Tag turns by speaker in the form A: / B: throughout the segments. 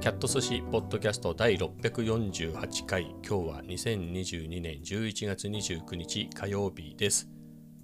A: キャット寿司ポッドキャスト第648回。今日は2022年11月29日火曜日です。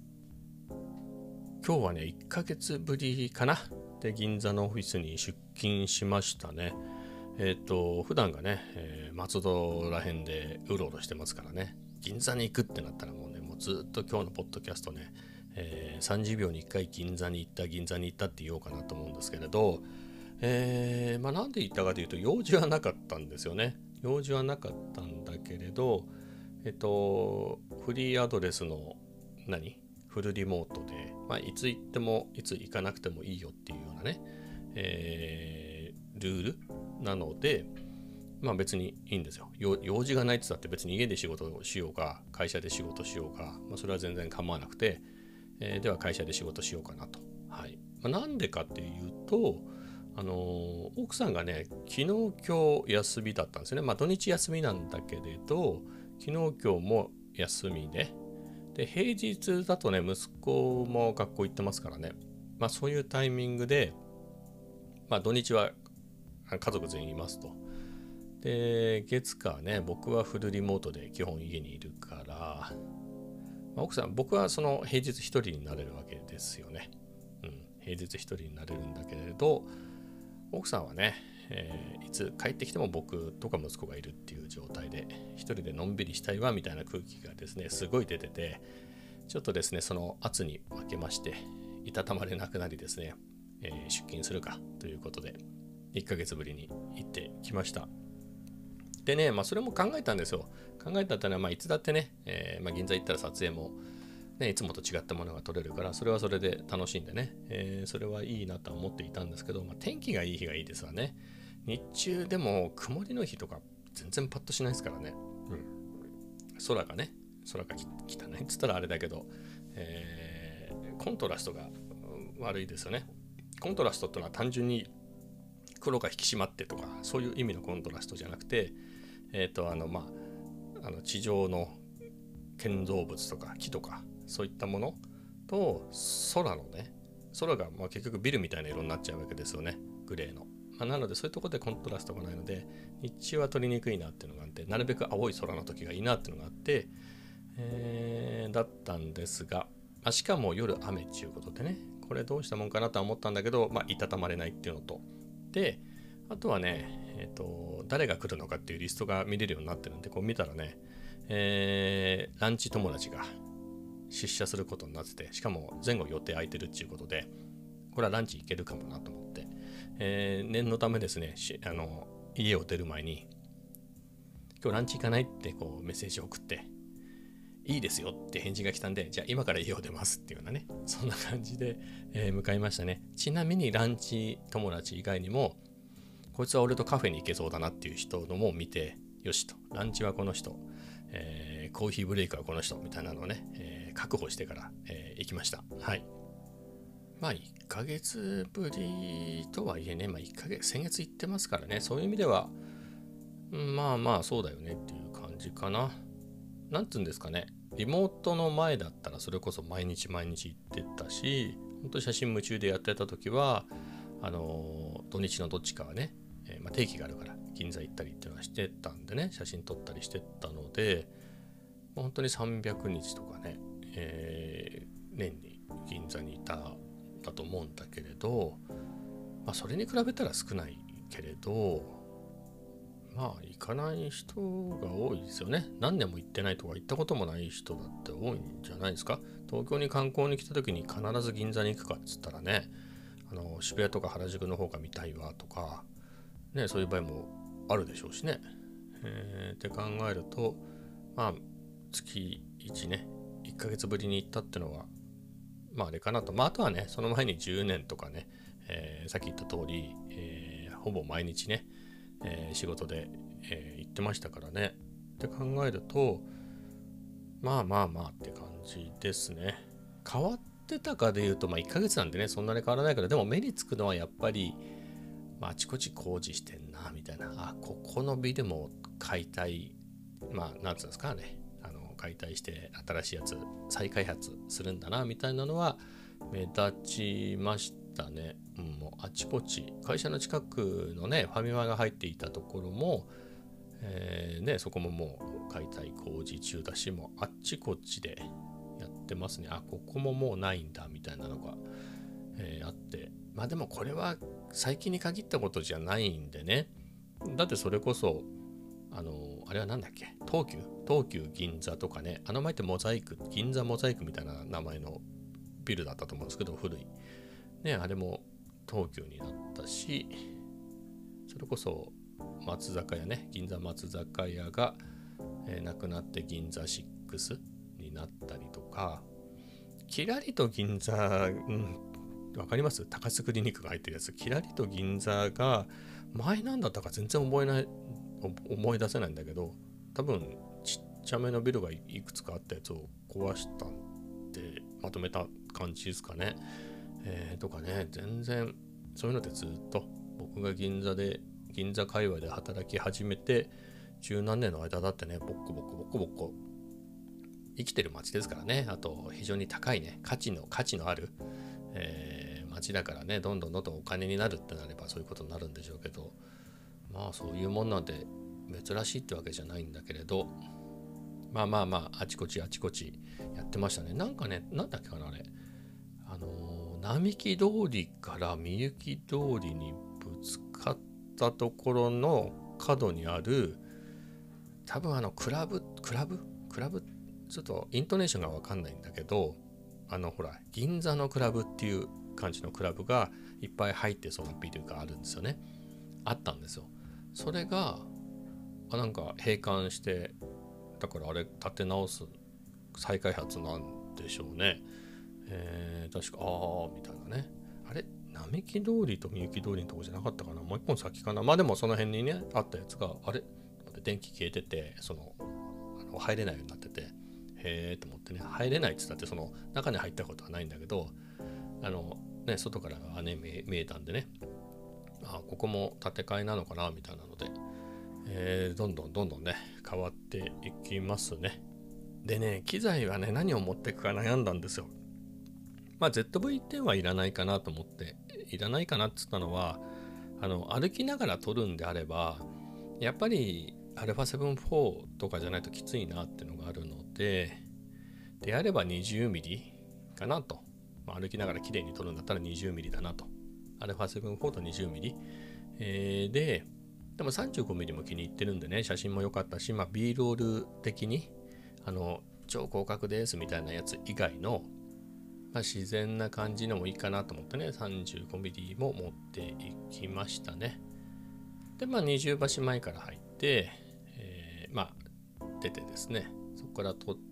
A: 今日はね、1ヶ月ぶりかなで銀座のオフィスに出勤しましたね。普段がね、松戸ら辺でうろうろしてますからね、銀座に行くってなったらもうずっと今日のポッドキャストね、30秒に1回銀座に行ったって言おうかなと思うんですけれど、なんで言ったかというと、用事はなかったんですよね。用事はなかったんだけれど、フリーアドレスのフルリモートで、いつ行ってもいつ行かなくてもいいよっていうようなね、ルールなので、別にいいんですよ。用事がないって言ったって別に家で仕事をしようか会社で仕事しようか、それは全然構わなくて、では会社で仕事しようかなと。はい。なんでかっていうと、奥さんがね、昨日今日休みだったんですよね。土日休みなんだけれど、昨日今日も休みで、平日だとね、息子も学校行ってますからね、そういうタイミングで、土日は家族全員いますと。で、月火ね、僕はフルリモートで基本家にいるから、奥さん、僕はその平日一人になれるわけですよね。平日一人になれるんだけれど、奥さんはね、いつ帰ってきても僕とか息子がいるっていう状態で、一人でのんびりしたいわみたいな空気がですね、すごい出てて、ちょっとですね、その圧に負けまして、いたたまれなくなりですね、出勤するかということで、1ヶ月ぶりに行ってきました。でね、それも考えたんですよ。考えたってのは、いつだってね、銀座行ったら撮影も、いつもと違ったものが撮れるから、それはそれで楽しんでね、それはいいなとは思っていたんですけど、天気がいい日がいいですわね。日中でも曇りの日とか全然パッとしないですからね。空が汚いって言ったらあれだけど、コントラストが悪いですよね。コントラストってのは単純に黒が引き締まってとかそういう意味のコントラストじゃなくて、地上の建造物とか木とかそういったものと空が結局ビルみたいな色になっちゃうわけですよね、グレーの。なのでそういうところでコントラストがないので、日中は撮りにくいなっていうのがあって、なるべく青い空の時がいいなっていうのがあって、だったんですが、しかも夜雨っていうことでね、これどうしたもんかなとは思ったんだけど、いたたまれないっていうのと、であとはね、誰が来るのかっていうリストが見れるようになってるんで、こう見たらね、ランチ友達が出社することになってて、しかも前後予定空いてるっていうことで、これはランチ行けるかもなと思って、念のためですね、家を出る前に今日ランチ行かないってこうメッセージを送って、いいですよって返事が来たんで、じゃあ今から家を出ますっていうようなね、そんな感じで、向かいましたね。ちなみにランチ友達以外にも、こいつは俺とカフェに行けそうだなっていう人のも見て、よしと、ランチはこの人、コーヒーブレイクはこの人みたいなのをね、確保してから、行きました。はい。1ヶ月ぶりとはいえね、先月行ってますからね、そういう意味ではそうだよねっていう感じかな。なんていうんですかね、リモートの前だったらそれこそ毎日行ってたし、本当に写真夢中でやってた時は土日のどっちかはね、定期があるから銀座行ったりっていうのはしてたんでね、写真撮ったりしてたので、本当に300日とかね、年に銀座にいただと思うんだけれど、それに比べたら少ないけれど、行かない人が多いですよね。何年も行ってないとか行ったこともない人だって多いんじゃないですか。東京に観光に来た時に必ず銀座に行くかっつったらね、渋谷とか原宿の方が見たいわとかね、そういう場合もあるでしょうしね。って考えると、月1ね、1ヶ月ぶりに行ったってのはあれかなと。あとはね、その前に10年とかね、さっき言った通り、ほぼ毎日ね、仕事で、行ってましたからね。って考えると、って感じですね。変わってたかで言うと、1ヶ月なんでね、そんなに変わらないけど、でも目につくのはやっぱり、あちこち工事してんなみたいな、ここのビルも解体、なんつうんですかね、解体して新しいやつ再開発するんだなみたいなのは目立ちましたね。もうあちこち会社の近くのねファミマが入っていたところも、そこももう解体工事中だし、もうあっちこっちでやってますね。ここももうないんだみたいなのが、あって、でもこれは最近に限ったことじゃないんでね。だってそれこそあれはなんだっけ、東急銀座とかね、前って銀座モザイクみたいな名前のビルだったと思うんですけど、古いね、あれも東急になったし、それこそ松坂屋ね、銀座松坂屋が、なくなって銀座6になったりとか、キラリと銀座、わかります？高須クリニックが入ってるやつ、キラリと銀座が前なんだったか全然思い出せないんだけど、多分ちっちゃめのビルがいくつかあったやつを壊したってまとめた感じですかね。とかね、全然そういうのでずっと僕が銀座界隈で働き始めて十何年の間だってね、ボッコボコ生きてる街ですからね。あと非常に高いね、価値のある、街だからね、どんどんお金になるってなればそういうことになるんでしょうけど、そういうもんなんで珍しいってわけじゃないんだけれど、あちこちやってましたね。なんかね、なんだっけかな、あれ、並木通りからみゆき通りにぶつかったところの角にある、多分クラブちょっとイントネーションが分かんないんだけど、ほら銀座のクラブっていう感じのクラブがいっぱい入ってそうなビルがあるんですよね。あったんですよ。それがなんか閉館して、だからあれ建て直す再開発なんでしょうね。確かみたいなね。あれ並木通りとみゆき通りのとこじゃなかったかな、もう一本先かな。でもその辺にねあったやつが、あれ電気消えてて、入れないようになってて、へーと思ってね、入れないって言ったってその中に入ったことはないんだけど、外からがね見えたんでね、ここも建て替えなのかなみたいなので、どんどんね変わっていきますね。でね、機材はね何を持っていくか悩んだんですよ。ZV-10 はいらないかなと思って、いらないかなって言ったのは、歩きながら撮るんであればやっぱり α7-4 とかじゃないときついなっていうのがあるので、であれば 20mm かなと、歩きながら綺麗に撮るんだったら 20mm だなと、α7-4 と 20mm、でも 35mm も気に入ってるんでね、写真も良かったし、B ロール的に超広角ですみたいなやつ以外の、自然な感じのもいいかなと思ってね、 35mm も持っていきましたね。で20橋前から入って、出てですね、そこから撮って、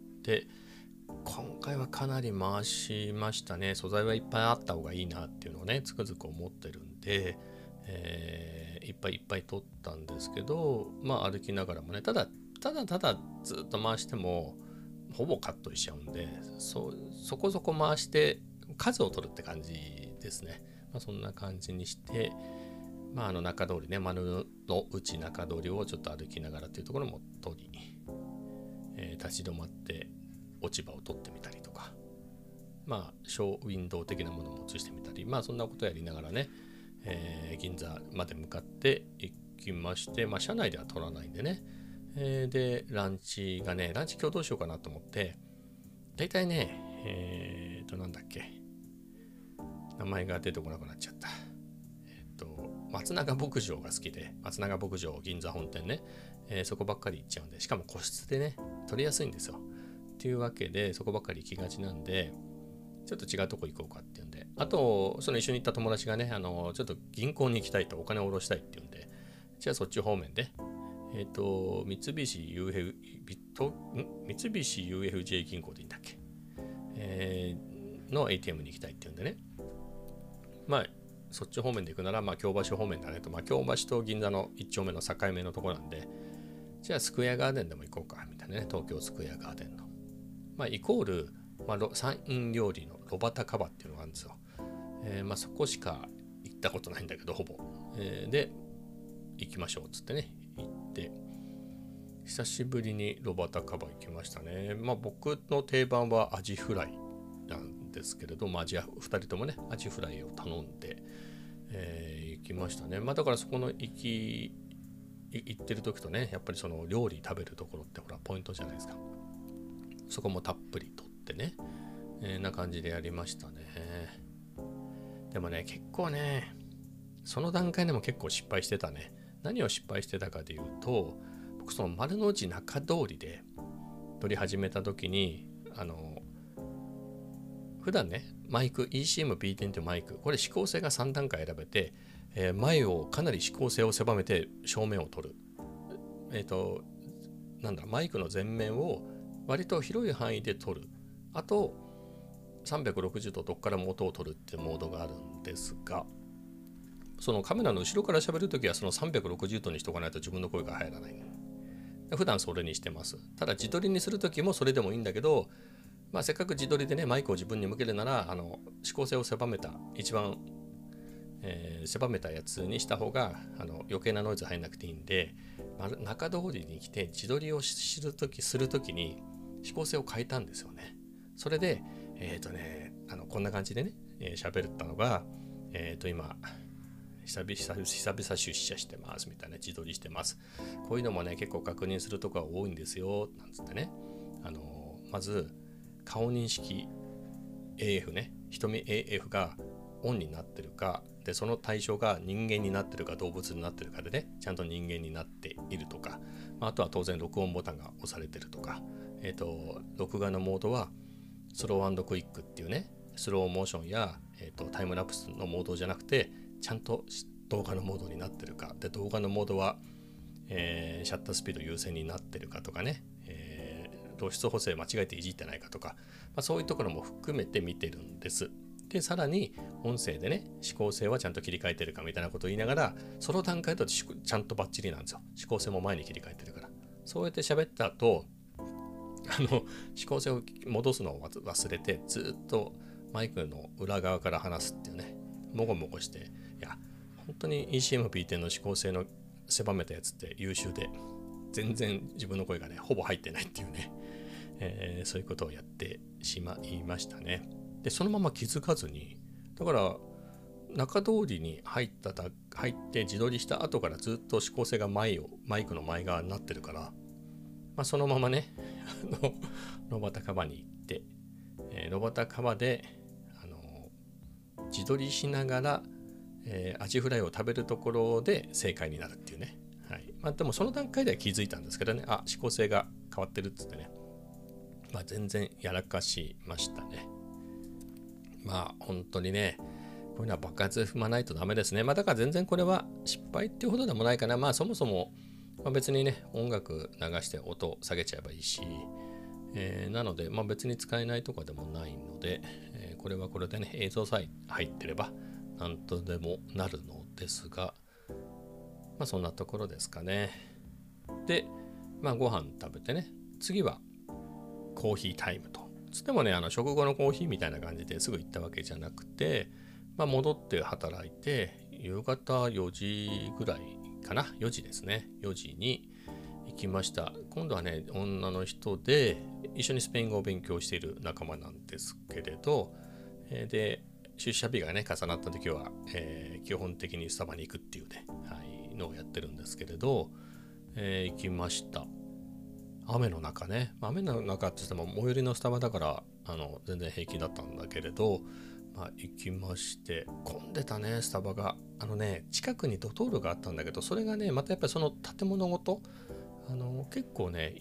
A: 今回はかなり回しましたね。素材はいっぱいあった方がいいなっていうのをねつくづく思ってるんで、いっぱい撮ったんですけど、歩きながらもね、ただずっと回してもほぼカットしちゃうんで、そこそこ回して数を取るって感じですね。そんな感じにして、中通りね、丸の内中通りをちょっと歩きながらっていうところも撮り、立ち止まって落ち葉を取ってみたりとか、ショーウィンドウ的なものも映してみたり、そんなことやりながらね、銀座まで向かっていきまして、車内では撮らないんでね、でランチ今日どうしようかなと思って、だいたいねなんだっけ、名前が出てこなくなっちゃった。松永牧場が好きで、松永牧場銀座本店ね、そこばっかり行っちゃうんで、しかも個室でね撮りやすいんですよ。っていうわけでそこばっかり行きがちなんで、ちょっと違うとこ行こうかっていうんで、あとその一緒に行った友達がね、ちょっと銀行に行きたいと、お金を下ろしたいっていうんで、じゃあそっち方面で三菱 UFJ 銀行でいいんだっけ、の ATM に行きたいっていうんでね、そっち方面で行くなら京橋方面だねと、京橋と銀座の一丁目の境目のところなんで、じゃあスクエアガーデンでも行こうかみたいなね、東京スクエアガーデンのイコール、山陰料理の炉端カバっていうのがあるんですよ。そこしか行ったことないんだけどほぼ、で行きましょうっつってね行って、久しぶりに炉端カバ行きましたね。僕の定番はアジフライなんですけれど、2人ともねアジフライを頼んで、 行きましたね。だからそこの行ってる時とね、やっぱりその料理食べるところってほらポイントじゃないですか。そこもたっぷりとってね、な感じでやりましたね。でもね、結構ね、その段階でも結構失敗してたね。何を失敗してたかというと、僕その丸の内中通りで撮り始めた時に、普段ね、マイク ECM-B10 というマイク、これ指向性が3段階選べて、前をかなり指向性を狭めて正面を撮る。マイクの前面を割と広い範囲で撮る。あと360度どっからも音を撮るってモードがあるんですが、そのカメラの後ろから喋るときはその360度にしとかないと自分の声が入らない。普段それにしてます。ただ自撮りにするときもそれでもいいんだけど、せっかく自撮りでねマイクを自分に向けるなら指向性を狭めた一番、狭めたやつにした方が余計なノイズ入んなくていいんで、中通りに来て自撮りをするときに指向性を変えたんですよね。それでこんな感じでね喋ったのが今久々出社してますみたいな、自撮りしてます、こういうのもね結構確認するとこが多いんですよなんつってね、まず顔認識 AF ね、瞳 AF がオンになってるかで、その対象が人間になってるか動物になってるかでね、ちゃんと人間になっているとか、あとは当然録音ボタンが押されてるとか、録画のモードはスロー&クイックっていうね、スローモーションや、タイムラプスのモードじゃなくてちゃんと動画のモードになってるかで、動画のモードは、シャッタースピード優先になってるかとかね、露出補正間違えていじってないかとか、そういうところも含めて見てるんです。でさらに音声でね指向性はちゃんと切り替えてるかみたいなことを言いながら、その段階だとちゃんとバッチリなんですよ。指向性も前に切り替えてるから。そうやって喋った後指向性を戻すのを忘れてずっとマイクの裏側から話すっていうね、もごもごして、いや本当に ECM-B10 の指向性の狭めたやつって優秀で、全然自分の声がねほぼ入ってないっていうね、そういうことをやってしまいましたね。でそのまま気づかずに、だから中通りに入って自撮りした後からずっと指向性がマイクの前側になってるから、そのままねロバタカバに行って、ロバタカバで自撮りしながら、アジフライを食べるところで正解になるっていうね、はい。でもその段階では気づいたんですけどね、指向性が変わってるっつってね、全然やらかしましたね。本当にね、こういうのは爆発踏まないとダメですね。だから全然これは失敗っていうほどでもないかな。そもそも、別にね音楽流して音下げちゃえばいいし、なので、別に使えないとかでもないので、これはこれでね映像さえ入ってればなんとでもなるのですが、そんなところですかね。で、ご飯食べてね、次はコーヒータイムとつってもね、食後のコーヒーみたいな感じですぐ行ったわけじゃなくて、戻って働いて夕方4時ぐらいかな、4時ですね、4時に行きました。今度はね女の人で一緒にスペイン語を勉強している仲間なんですけれど、で出社日がね重なった時は、基本的にスタバに行くっていうね、のをやってるんですけれど、行きました。雨の中ね、雨の中って言っても最寄りのスタバだから全然平気だったんだけれど、行きまして、混んでたねスタバが。近くにドトールがあったんだけど、それがねまたやっぱりその建物ごと結構ね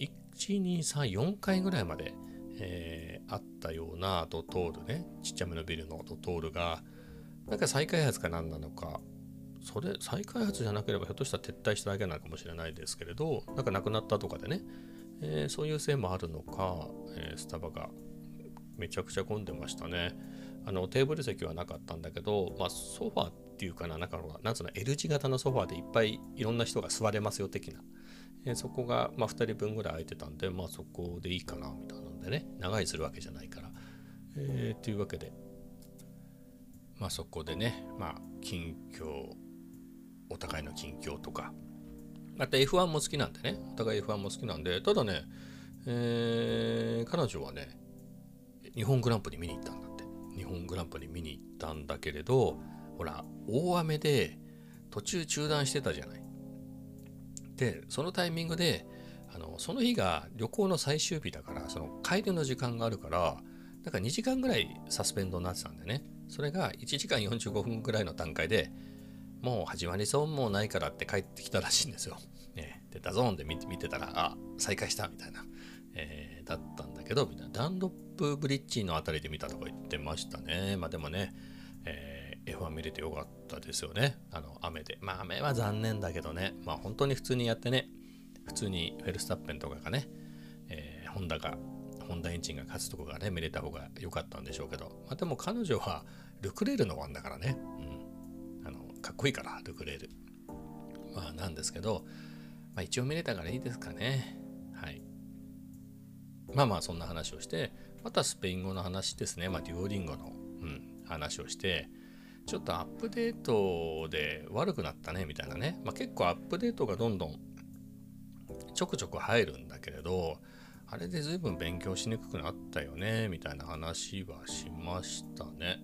A: 1,2,3,4 階ぐらいまで、あったようなドトールね、ちっちゃめのビルのドトールがなんか再開発か何なのか、それ再開発じゃなければひょっとしたら撤退しただけなのかもしれないですけれど、なんかなくなったとかでね、そういうせいもあるのか、スタバがめちゃくちゃ混んでましたね。テーブル席はなかったんだけど、ソファーっていうかな、なんつうの L 字型のソファーでいっぱいいろんな人が座れますよ的な、そこが2人分ぐらい空いてたんで、そこでいいかなみたいなのでね、長居するわけじゃないから、というわけでそこでね、近況、お互いの近況とか、また F1 も好きなんでね、お互い F1 も好きなんで、ただね、彼女はね日本グランプリ見に行ったんだって。日本グランプリ見に行ったんだけれど、 ほら大雨で途中中断してたじゃない。でそのタイミングでその日が旅行の最終日だから、その帰りの時間があるから、だから2時間ぐらいサスペンドになってたんでね。それが1時間45分ぐらいの段階でもう始まりそうもないからって帰ってきたらしいんですよ。でダゾーンで見てたら再開したみたいな、だったんだけど、みたいなダンロップブリッジのあたりで見たとか言ってましたね。でもね、F1 見れてよかったですよね。雨で。雨は残念だけどね。本当に普通にやってね、普通にフェルスタッペンとかがね、ホンダエンジンが勝つとこがね、見れた方が良かったんでしょうけど、でも彼女はルクレールのワンだからね、かっこいいからルクレール。なんですけど、一応見れたからいいですかね。はい。そんな話をして、またスペイン語の話ですね。デュオリンゴの、話をして、ちょっとアップデートで悪くなったねみたいなね。結構アップデートがどんどんちょくちょく入るんだけれど、あれで随分勉強しにくくなったよねみたいな話はしましたね。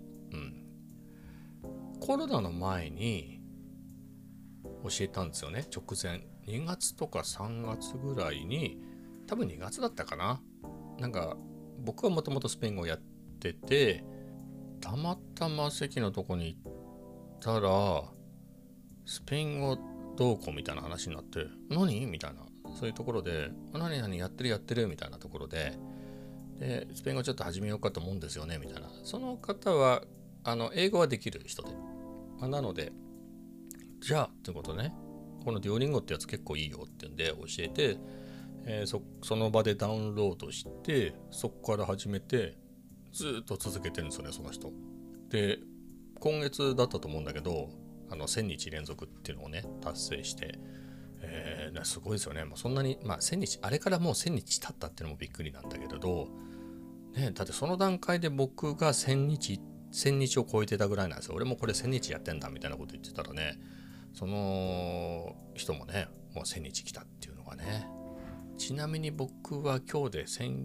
A: コロナの前に教えたんですよね。直前2月とか3月ぐらいに、多分2月だったかな。なんか僕はもともとスペイン語をやってて、たまたま席のとこに行ったらスペイン語どうこうみたいな話になって、何みたいな、そういうところで何やってるみたいなところで、スペイン語ちょっと始めようかと思うんですよねみたいな。その方は英語はできる人で、なのでじゃあってことね、このデュオリンゴってやつ結構いいよってんで教えて、その場でダウンロードして、そこから始めてずっと続けてるんですよね、その人で。今月だったと思うんだけど、1000日連続っていうのをね達成して、すごいですよね。そんなに1000日、あれからもう1000日経ったっていうのもびっくりなんだけれど、だってその段階で僕が1000日を超えてたぐらいなんですよ。俺もこれ1000日やってんだみたいなこと言ってたらね、その人もねもう1000日来たっていうのがね。ちなみに僕は今日で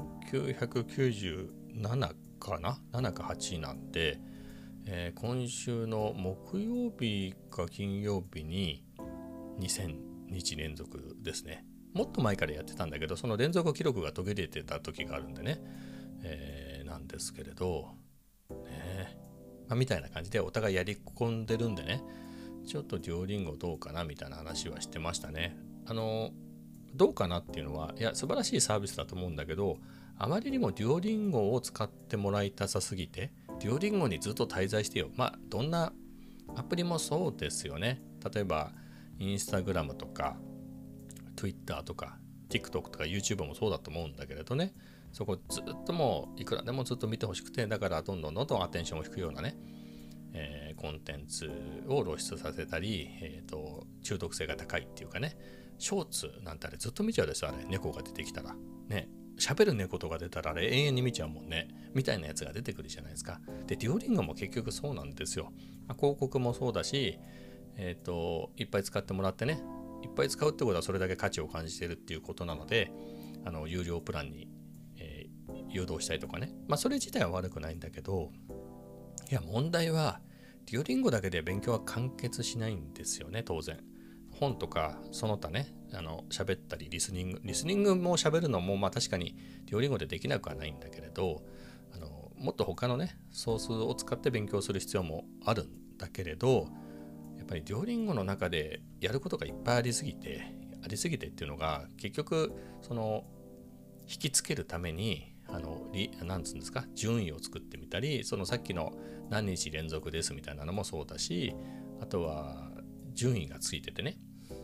A: 1997かな、7か8なんで、今週の木曜日か金曜日に2000日連続ですね。もっと前からやってたんだけど、その連続記録が途切れてた時があるんでね、なんですけれど、みたいな感じでお互いやり込んでるんでね、ちょっとデュオリンゴどうかなみたいな話はしてましたね。どうかなっていうのは、いや素晴らしいサービスだと思うんだけど、あまりにもデュオリンゴを使ってもらいたさすぎて、デュオリンゴにずっと滞在してよ。どんなアプリもそうですよね。例えばインスタグラムとか Twitter とか TikTok とか YouTube もそうだと思うんだけれどね、そこずっともういくらでもずっと見てほしくて、だからどんどんアテンションを引くようなね、コンテンツを露出させたり、中毒性が高いっていうかね、ショーツなんてあれずっと見ちゃうですよ。あれ猫が出てきたらね、喋る猫とか出たらあれ永遠に見ちゃうもんねみたいなやつが出てくるじゃないですか。でデュオリンゴも結局そうなんですよ。広告もそうだし、いっぱい使ってもらってね、いっぱい使うってことはそれだけ価値を感じてるっていうことなので、有料プランに、誘導したりとかね、それ自体は悪くないんだけど、いや問題はデュオリンゴだけで勉強は完結しないんですよね。当然本とかその他ね、喋ったりリスニングも喋るのも確かにデュオリンゴでできなくはないんだけれど、もっと他のねソースを使って勉強する必要もあるんだけれど、やっぱりデュオリンゴの中でやることがいっぱいありすぎてっていうのが、結局その引きつけるためになんつうんですか、順位を作ってみたり、そのさっきの何日連続ですみたいなのもそうだし、あとは順位がついててね、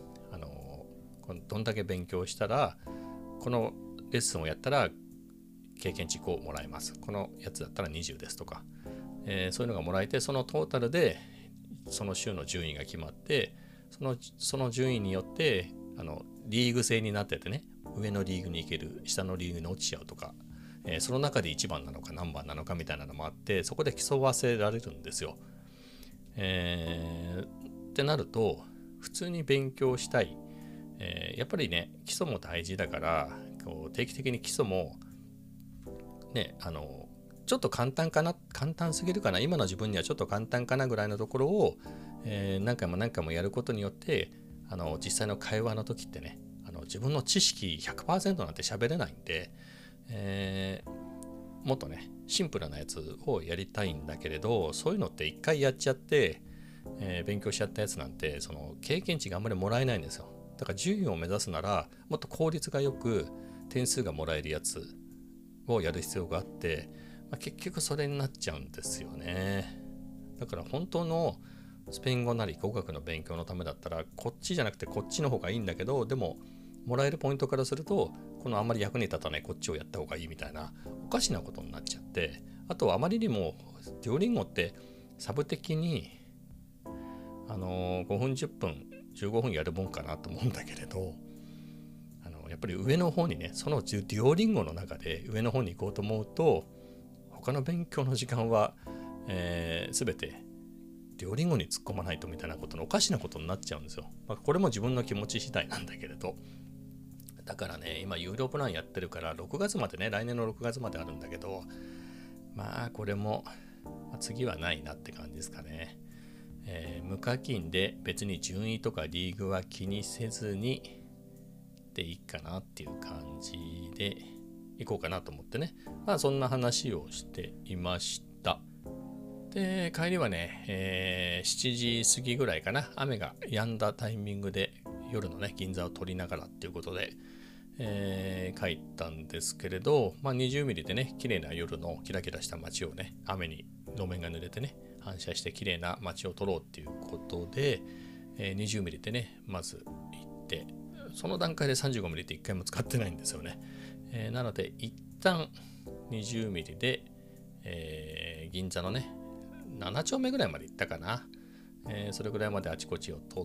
A: どんだけ勉強したらこのレッスンをやったら経験値5もらえます、このやつだったら20ですとか、そういうのがもらえて、そのトータルでその週の順位が決まって、その順位によってリーグ制になっててね、上のリーグに行ける、下のリーグに落ちちゃうとか、その中で1番なのか何番なのかみたいなのもあって、そこで競わせられるんですよ。ってなると普通に勉強したい、やっぱりね基礎も大事だから、定期的に基礎もねちょっと簡単すぎるかな、今の自分にはちょっと簡単かなぐらいのところを、何回もやることによって、実際の会話の時ってね、自分の知識 100% なんて喋れないんで、もっとねシンプルなやつをやりたいんだけれど、そういうのって一回やっちゃって、勉強しちゃったやつなんてその経験値があんまりもらえないんですよ。だから順位を目指すならもっと効率がよく点数がもらえるやつをやる必要があって、結局それになっちゃうんですよね。だから本当のスペイン語なり語学の勉強のためだったらこっちじゃなくてこっちの方がいいんだけど、でももらえるポイントからするとこのあんまり役に立たないこっちをやった方がいいみたいなおかしなことになっちゃって、あとはあまりにもデュオリンゴってサブ的に5分10分15分やるもんかなと思うんだけれど、やっぱり上の方にね、そのデュオリンゴの中で上の方に行こうと思うと他の勉強の時間は、全てデュオリンゴに突っ込まないとみたいなことのおかしなことになっちゃうんですよ。これも自分の気持ち次第なんだけれど、だからね今有料プランやってるから6月までね、来年の6月まであるんだけど、これも、次はないなって感じですかね。無課金で別に順位とかリーグは気にせずにでいいかなっていう感じでいこうかなと思ってね、そんな話をしていました。で帰りはね、7時過ぎぐらいかな、雨が止んだタイミングで夜のね銀座を撮りながらっていうことで、帰ったんですけれど、20ミリでね綺麗な夜のキラキラした街をね、雨に路面が濡れてね反射して綺麗な街を撮ろうっていうことで、20ミリでねまず行って、その段階で35ミリって1回も使ってないんですよね。なので一旦20ミリで、銀座のね7丁目ぐらいまで行ったかな、それぐらいまであちこちを撮って、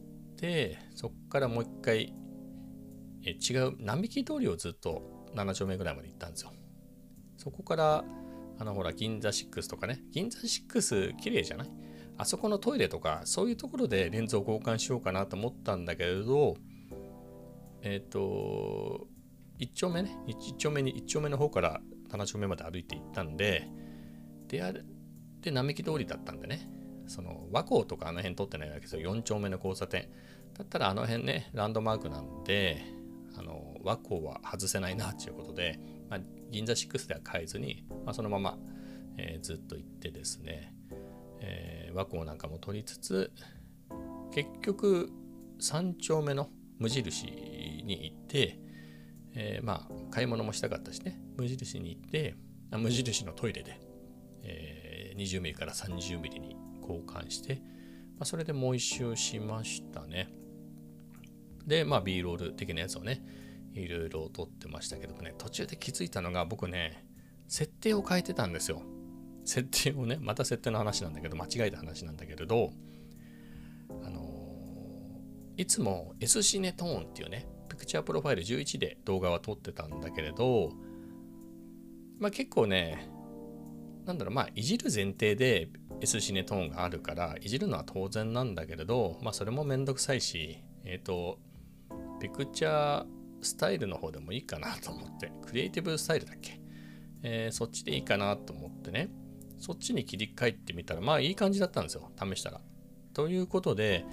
A: そこからもう一回、違う並木通りをずっと7丁目ぐらいまで行ったんですよ。そこからほら銀座6とかね、銀座6綺麗じゃない？あそこのトイレとかそういうところでレンズを交換しようかなと思ったんだけれど、1丁目ね、1丁目の方から7丁目まで歩いて行ったんで、で並木通りだったんでね、その和光とかあの辺通ってないわけですよ。4丁目の交差点だったらあの辺ねランドマークなんで、和光は外せないなっていうことで、銀座6では変えずに、そのまま、ずっと行ってですね、和光なんかも取りつつ、結局3丁目の無印に行って、買い物もしたかったしね、無印に行って無印のトイレで、20ミリから30ミリに交換して、それでもう一周しましたね。でB ロール的なやつをねいろいろ撮ってましたけどもね、途中で気づいたのが、僕ね設定を変えてたんですよ。設定をね、また設定の話なんだけど、間違えた話なんだけれど、いつも S シネトーンっていうねピクチャープロファイル11で動画は撮ってたんだけれど、結構ねいじる前提で S シネトーンがあるからいじるのは当然なんだけれど、それもめんどくさいし、ピクチャースタイルの方でもいいかなと思って、クリエイティブスタイルだっけ、そっちでいいかなと思ってね、そっちに切り替えてみたらいい感じだったんですよ、試したら。ということで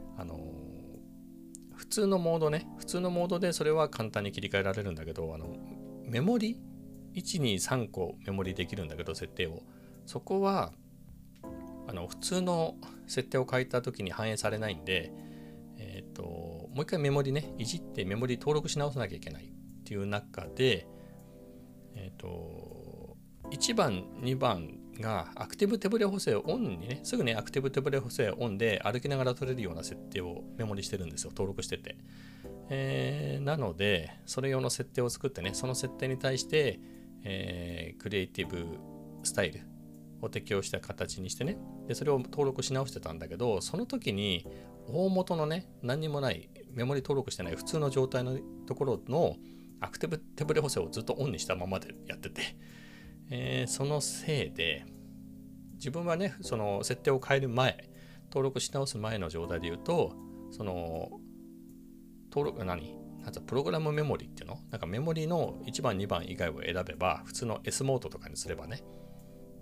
A: 普通のモードでそれは簡単に切り替えられるんだけど、メモリ123個メモリできるんだけど、設定をそこは普通の設定を変えた時に反映されないんで、もう一回メモリねいじってメモリ登録し直さなきゃいけないっていう中で、1番2番がアクティブ手ブレ補正をオンにね、すぐねアクティブ手ブレ補正オンで歩きながら取れるような設定をメモリしてるんですよ、登録してて。なのでそれ用の設定を作ってね、その設定に対して、クリエイティブスタイルを適用した形にしてね、でそれを登録し直してたんだけど、その時に大元のね何にもないメモリ登録してない普通の状態のところのアクティブ手ブレ補正をずっとオンにしたままでやってて、そのせいで自分はねその設定を変える前、登録し直す前の状態で言うと、その登録プログラムメモリっていうのメモリの1番2番以外を選べば、普通の S モードとかにすればね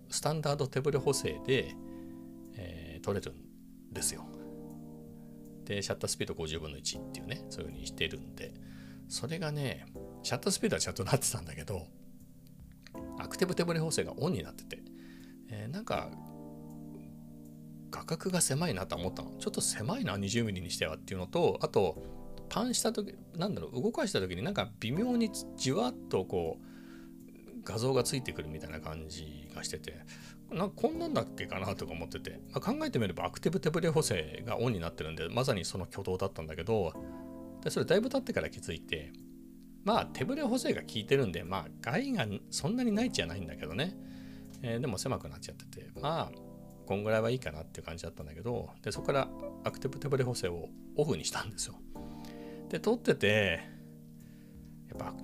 A: スタンダード手ブレ補正で、取れるんですよ。でシャッタースピード50分の1っていうね、そういう風にしてるんで、それがね、シャッタースピードはちゃんとなってたんだけど、アクティブ手ブレ補正がオンになってて、なんか画角が狭いなと思ったの。ちょっと狭いな 20mm にしてはっていうのと、あとパンした時、動かした時になんか微妙にじわっとこう画像がついてくるみたいな感じがしてて、こんなんだっけかなとか思ってて、考えてみればアクティブ手ブレ補正がオンになってるんで、まさにその挙動だったんだけど、でそれだいぶ経ってから気づいて、手ブレ補正が効いてるんで、害がそんなにないっちゃないんだけどね、でも狭くなっちゃってて、こんぐらいはいいかなっていう感じだったんだけど、でそこからアクティブ手ブレ補正をオフにしたんですよ。で撮ってて、やっぱ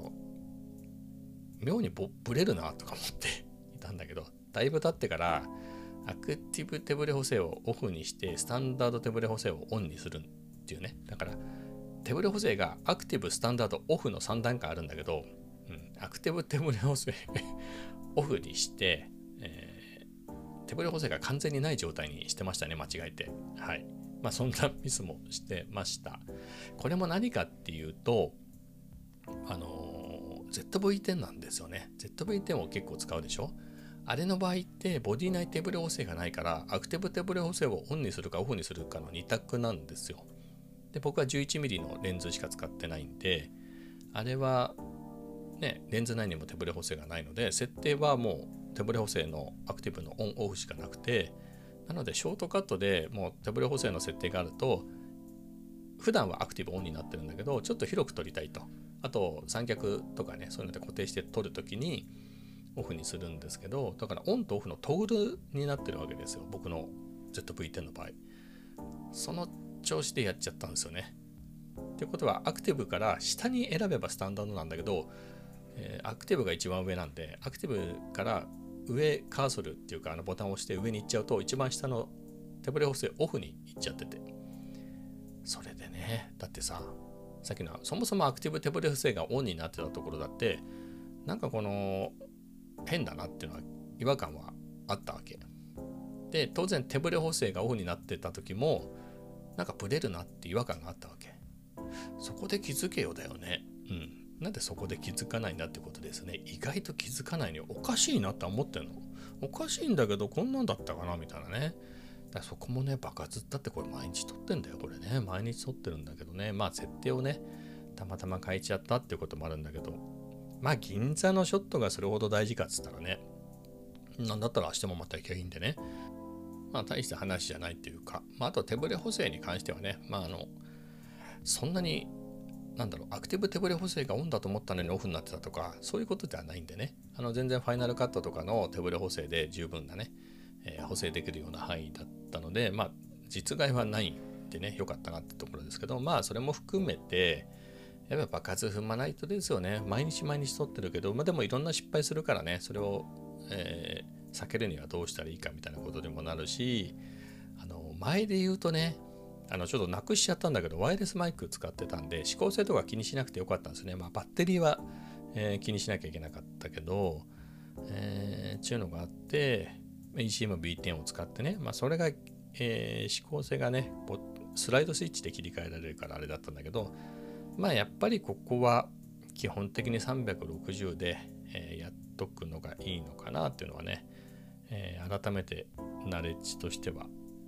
A: 妙にブレるなとか思っていたんだけど、だいぶ経ってからアクティブ手ブレ補正をオフにしてスタンダード手ブレ補正をオンにするっていうね。だから手ブレ補正がアクティブ、スタンダード、オフの3段階あるんだけど、アクティブ手ブレ補正オフにして、手ブレ補正が完全にない状態にしてましたね、間違えて。はい。そんなミスもしてました。これも何かっていうと、ZV-10 なんですよね。ZV-10 を結構使うでしょ。あれの場合ってボディ内手ブレ補正がないから、アクティブ手ブレ補正をオンにするかオフにするかの2択なんですよ。で僕は 11mm のレンズしか使ってないんで、あれはね、レンズ内にも手ブレ補正がないので、設定はもう手ブレ補正のアクティブのオンオフしかなくて、なのでショートカットでもう手ブレ補正の設定があると、普段はアクティブオンになってるんだけど、ちょっと広く撮りたいと、あと三脚とかね、そういうので固定して撮るときにオフにするんですけど、だからオンとオフのトグルになってるわけですよ、僕の ZV-10 の場合。その調子でやっちゃったんですよね。ってことはアクティブから下に選べばスタンダードなんだけど、アクティブが一番上なんで、アクティブから上カーソルっていうかボタンを押して上に行っちゃうと、一番下の手ブレ補正オフに行っちゃってて、それでね、だってさっきのそもそもアクティブ手ブレ補正がオンになってたところだって、この変だなっていうのは違和感はあったわけで、当然手ブレ補正がオフになってた時もブレるなって違和感があったわけ。そこで気づけよだよね。なんでそこで気づかないんだってことですね。意外と気づかないにおかしいなって思ってんの。おかしいんだけどこんなんだったかなみたいなね。だからそこもね、爆発だってこれ毎日撮ってんだよ、これね。毎日撮ってるんだけどね。設定をね、たまたま変えちゃったっていうこともあるんだけど、銀座のショットがそれほど大事かっつったらね、なんだったら明日もまた行きゃいいんでね。大した話じゃないっていうか、あと手ブレ補正に関してはね、そんなにアクティブ手ブレ補正がオンだと思ったのにオフになってたとか、そういうことではないんでね。全然ファイナルカットとかの手ブレ補正で十分なね、補正できるような範囲だったので、実害はないんでね、良かったなってところですけど、それも含めてやっぱ爆発踏まないとですよね。毎日毎日撮ってるけど、でもいろんな失敗するからね、それを、避けるにはどうしたらいいかみたいなことにもなるし、前で言うとね、ちょっとなくしちゃったんだけど、ワイヤレスマイク使ってたんで、指向性とか気にしなくてよかったんですね。バッテリーは、気にしなきゃいけなかったけど、っていうのがあって、ECM-B10 を使ってね、それが、指向性がね、スライドスイッチで切り替えられるからあれだったんだけど、やっぱりここは基本的に360で、やっとくのがいいのかなっていうのはね、改めてナレッジとしては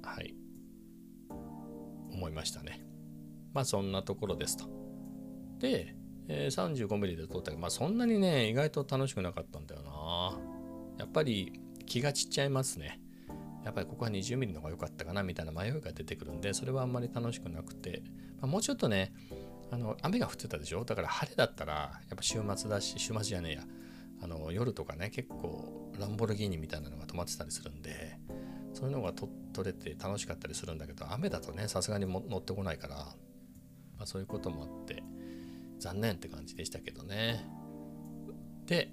A: 思いましたね。そんなところですと。で、35mm で撮ったけど、そんなにね意外と楽しくなかったんだよな。やっぱり気が散っちゃいますね。やっぱりここは 20mm の方が良かったかなみたいな迷いが出てくるんで、それはあんまり楽しくなくて、もうちょっとね、雨が降ってたでしょ。だから晴れだったらやっぱ週末だし、週末じゃねえや、夜とかね、結構ランボルギーニみたいなのが止まってたりするんで、そういうのが撮れて楽しかったりするんだけど、雨だとねさすがに乗ってこないから、そういうこともあって残念って感じでしたけどね。で、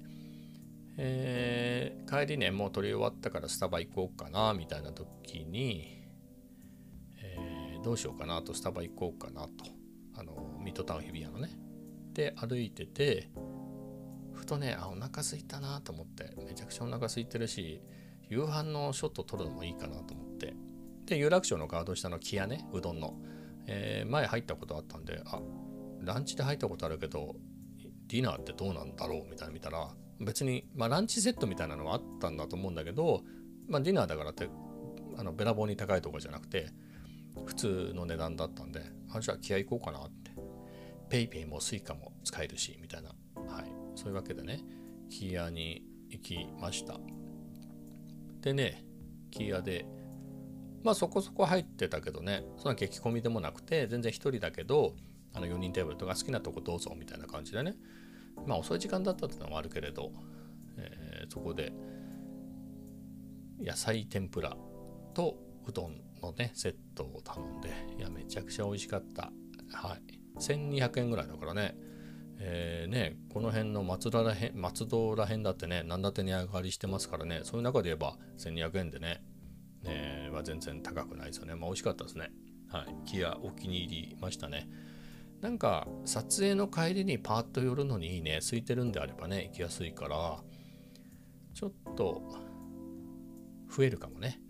A: 帰りね、もう撮り終わったからスタバ行こうかなみたいな時に、どうしようかなと、スタバ行こうかなと、ミッドタウン日比谷のねで歩いてて、 ふとね、お腹空いたなと思って、めちゃくちゃお腹空いてるし、夕飯のショット取るのもいいかなと思って、で有楽町のガード下の木屋ね、うどんの、前入ったことあったんで、ランチで入ったことあるけどディナーってどうなんだろうみたいな見たら、別に、ランチセットみたいなのはあったんだと思うんだけど、ディナーだからってべらぼうに高いとこじゃなくて普通の値段だったんで、じゃあ気合い行こうかなって、ペイペイもスイカも使えるしみたいな、そういうわけでね、木屋に行きました。でね、木屋でそこそこ入ってたけどね、そんな激混みでもなくて、全然一人だけど4人テーブルとか好きなとこどうぞみたいな感じでね、遅い時間だったってのもあるけれど、そこで野菜天ぷらとうどんのねセットを頼んで、めちゃくちゃ美味しかった。1200円ぐらいだからね、この辺の松戸らへんだってね、何だって値上がりしてますからね、そういう中で言えば1200円でね、は全然高くないですよね。美味しかったですね。木屋お気に入りましたね。なんか撮影の帰りにパーッと寄るのにいいね。空いてるんであればね、行きやすいから、ちょっと増えるかもね。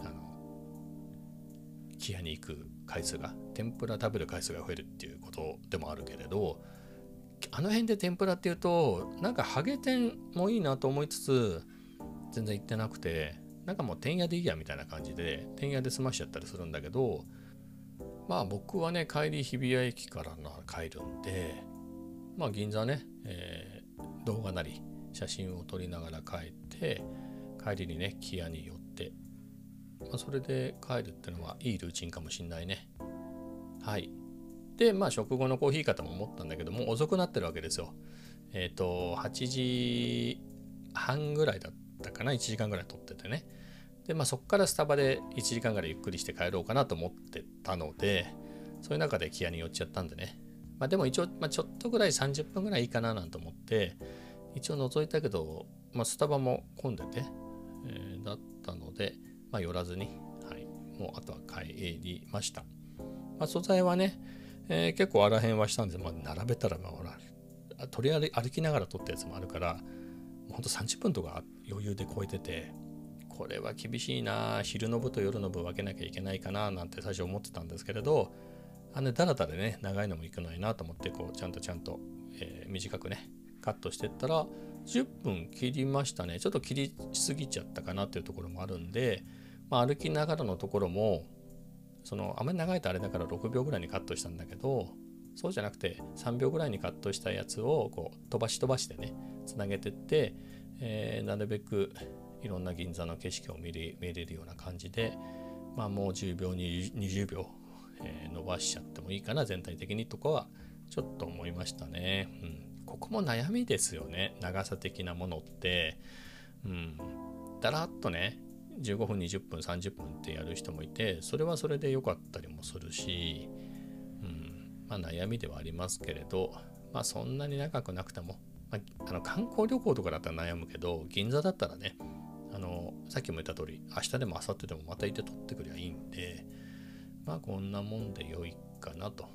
A: 木屋に行く回数が、天ぷら食べる回数が増えるっていうことでもあるけれど、辺で天ぷらっていうと、なんかハゲ天もいいなと思いつつ全然行ってなくて、なんかもう天屋でいいやみたいな感じで天屋で済ましちゃったりするんだけど、僕はね、帰り日比谷駅から帰るんで、銀座ね、動画なり写真を撮りながら帰って、帰りにね木屋に寄って、それで帰るってのはいいルーチンかもしんないね。で食後のコーヒーかとも思ったんだけど、もう遅くなってるわけですよ。8時半ぐらいだったかな、1時間ぐらい撮っててね。でそっからスタバで1時間ぐらいゆっくりして帰ろうかなと思ってたので、そういう中で木屋に寄っちゃったんでね。でも一応、ちょっとぐらい30分ぐらいいいかななんて思って一応覗いたけど、スタバも混んでて、だったので寄らずに、もうあとは帰りました。素材はね、結構あらへんはしたんです。並べたら取り歩きながら撮ったやつもあるから、ほんと30分とか余裕で超えてて、これは厳しいな、昼の部と夜の部分けなきゃいけないかななんて最初思ってたんですけれど、だらだらね長いのもいくのになと思って、ちゃんと、短くねカットしてったら10分切りましたね。ちょっと切りすぎちゃったかなっていうところもあるんで、歩きながらのところもあまり長いとあれだから6秒ぐらいにカットしたんだけど、そうじゃなくて3秒ぐらいにカットしたやつを飛ばしでねつなげてって、なるべくいろんな銀座の景色を見れるような感じで、もう10秒20秒、伸ばしちゃってもいいかな全体的にとかはちょっと思いましたね。ここも悩みですよね、長さ的なものって。だらっとね15分20分30分ってやる人もいて、それはそれで良かったりもするし、悩みではありますけれど、そんなに長くなくても、観光旅行とかだったら悩むけど、銀座だったらね、さっきも言った通り明日でも明後日でもまたいて取ってくりゃいいんで、こんなもんで良いかなと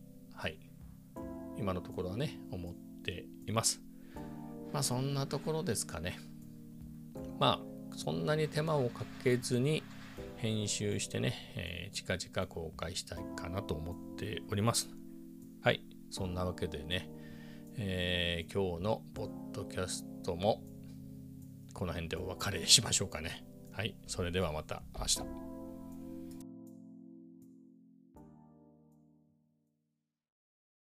A: 今のところはね思っています。そんなところですかね。そんなに手間をかけずに編集してね、近々公開したいかなと思っております。そんなわけでね、今日のポッドキャストもこの辺でお別れしましょうかね。それではまた明日。